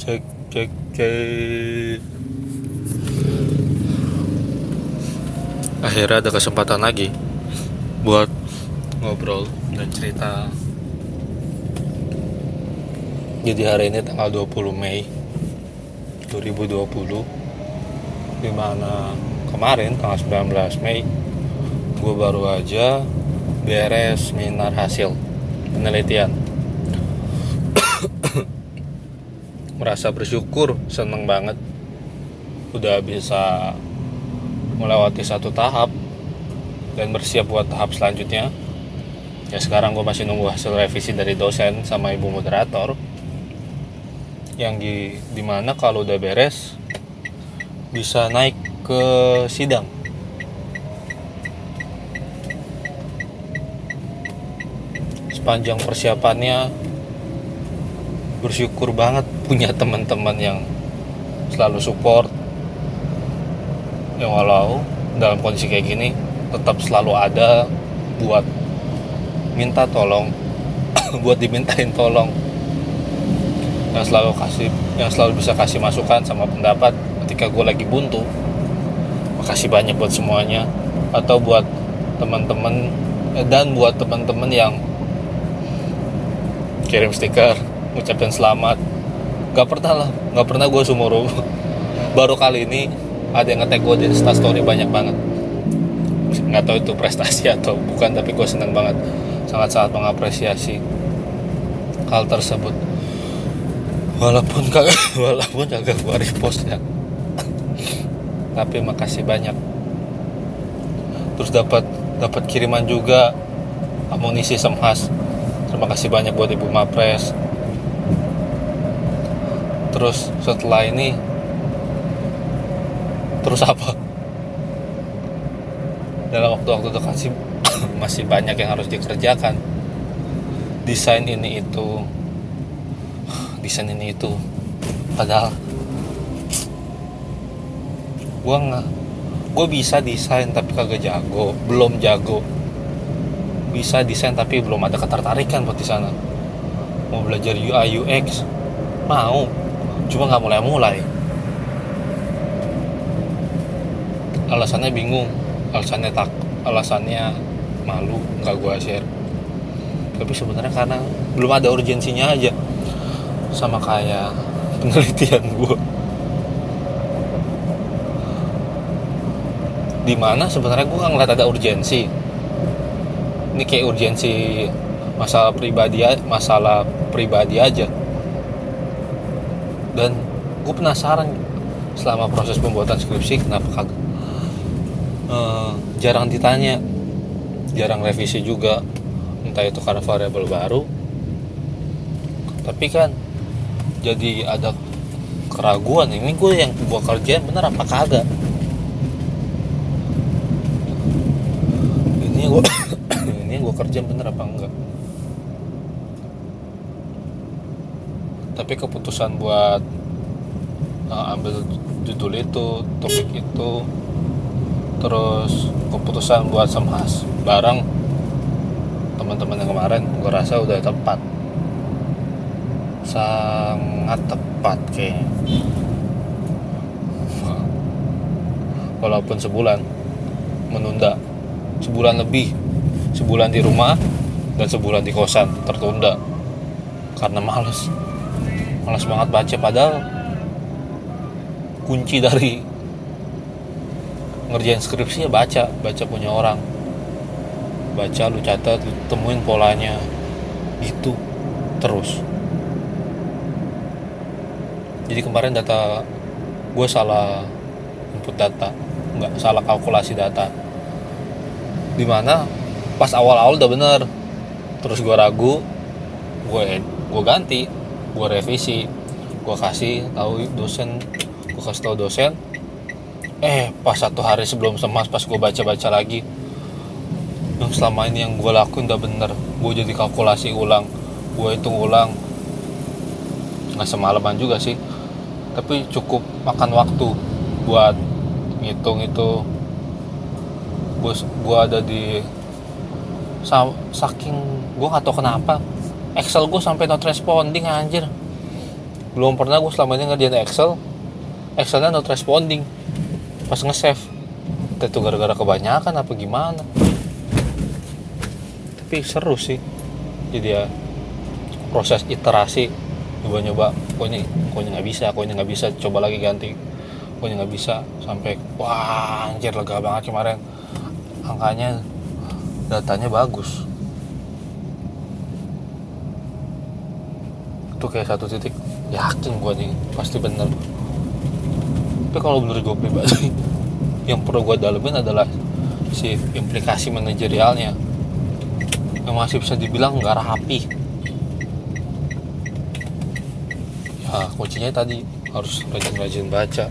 Cek cek cek. Akhirnya ada kesempatan lagi buat ngobrol dan cerita. Jadi hari ini tanggal 20 Mei 2020, dimana kemarin tanggal 19 Mei gue baru aja beres seminar hasil penelitian. Merasa bersyukur, seneng banget udah bisa melewati satu tahap dan bersiap buat tahap selanjutnya. Ya sekarang gue masih nunggu hasil revisi dari dosen sama ibu moderator, yang dimana kalau udah beres bisa naik ke sidang. Sepanjang persiapannya bersyukur banget punya teman-teman yang selalu support, yang walau dalam kondisi kayak gini tetap selalu ada buat minta tolong buat dimintain tolong, yang selalu bisa kasih masukan sama pendapat ketika gue lagi buntu. Makasih banyak buat semuanya. Atau buat teman-teman dan buat teman-teman yang kirim stiker ngucapin selamat. Gak pernah gue seumur baru kali ini ada yang nge-tag gue di Instastory banyak banget. Gak tahu itu prestasi atau bukan, tapi gue senang banget, sangat-sangat mengapresiasi hal tersebut. Walaupun kagak gue repost ya. Tapi makasih banyak. Terus dapat kiriman juga amunisi semhas. Terima kasih banyak buat Ibu Mapres. Terus setelah ini terus apa? Dalam waktu-waktu dekat sih masih banyak yang harus dikerjakan. Desain ini itu. Padahal gue bisa desain tapi kagak jago, belum jago. Bisa desain tapi belum ada ketertarikan buat di sana. Mau belajar UI UX mau, cuma nggak mulai. Alasannya bingung, alasannya malu, nggak gue share. Tapi sebenarnya karena belum ada urgensinya aja, sama kayak penelitian gue, dimana sebenarnya gue nggak ngeliat ada urgensi. Ini kayak urgensi masalah pribadi aja. Dan gue penasaran selama proses pembuatan skripsi kenapa kagak jarang ditanya, jarang revisi juga. Entah itu karena variabel baru, tapi kan jadi ada keraguan, ini gue yang gue kerjain bener apa kagak, ini gue kerjain bener apa enggak. Tapi keputusan buat ambil judul itu, topik itu, terus keputusan buat semhas bareng teman-teman yang kemarin, gue rasa udah tepat, sangat tepat kayaknya. Walaupun sebulan menunda, sebulan lebih, sebulan di rumah dan sebulan di kosan tertunda karena malas banget baca. Padahal kunci dari ngerjain skripsi ya baca punya orang, baca, lu catat, lu temuin polanya gitu terus. Jadi kemarin gue salah input data, salah kalkulasi data, dimana pas awal-awal udah bener, terus gue ragu, gue ganti, gue revisi, gue kasih tahu dosen. Pas 1 hari sebelum semhas, pas gue baca lagi, yang selama ini yang gue lakuin udah bener. Gue jadi kalkulasi ulang, gue hitung ulang, nggak semalaman juga sih, tapi cukup makan waktu buat ngitung itu. Gue ada di saking gue nggak tahu kenapa Excel gue sampai not responding anjir. Belum pernah gue selama ini ngerjain Excelnya not responding pas nge-save. Itu gara-gara kebanyakan apa gimana, tapi seru sih. Jadi ya proses iterasi, nyoba kok ini nggak bisa, coba lagi ganti, kok ini nggak bisa, sampai wah anjir lega banget kemarin, angkanya datanya bagus. Itu kayak satu titik yakin gue nih pasti bener. Tapi kalau menurut gue pribadi yang perlu gue dalemin adalah si implikasi manajerialnya yang masih bisa dibilang nggak rapi. Ya kuncinya tadi harus rajin-rajin baca.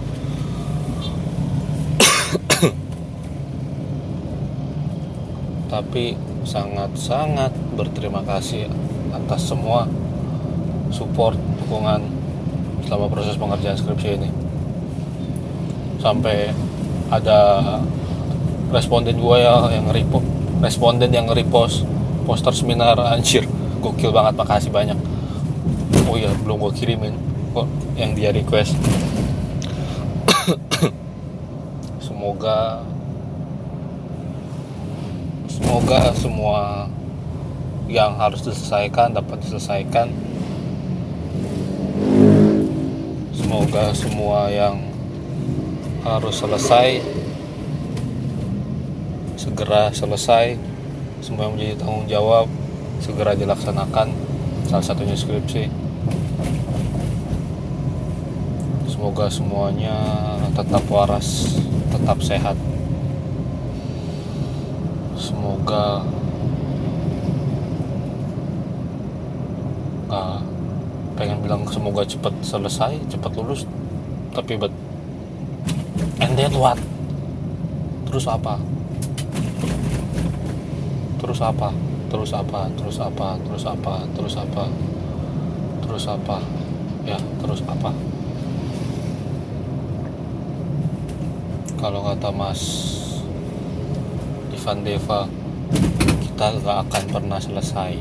Tapi sangat-sangat berterima kasih atas semua support, dukungan selama proses pengerjaan skripsi ini. Sampai ada responden gue responden yang nge-repost poster seminar, anjir gokil banget, makasih banyak. Oh iya, belum gue kirimin kok yang dia request. Semoga semua yang harus diselesaikan dapat diselesaikan. Semoga semua yang harus selesai segera selesai. Semua yang menjadi tanggung jawab segera dilaksanakan, salah satunya skripsi. Semoga semuanya tetap waras, tetap sehat. Semoga pengen bilang semoga cepat selesai, cepat lulus, tapi and then what? Terus apa? Ya, terus apa? Kalau kata Mas Ivan Deva, kita gak akan pernah selesai.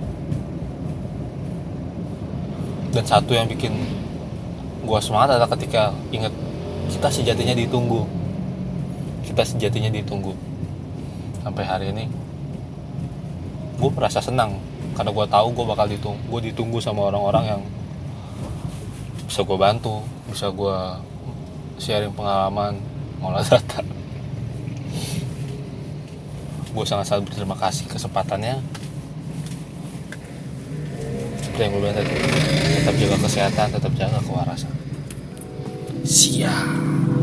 Dan satu yang bikin gua semangat adalah ketika inget kita sejatinya ditunggu. Sampai hari ini gue merasa senang karena gue tahu gue bakal ditunggu sama orang-orang yang bisa gue bantu, bisa gue sharing pengalaman, ngolah data. Gue sangat-sangat berterima kasih kesempatannya. Seperti yang gue bilang tadi, tetap jaga kesehatan, tetap jaga kewarasan. Siap.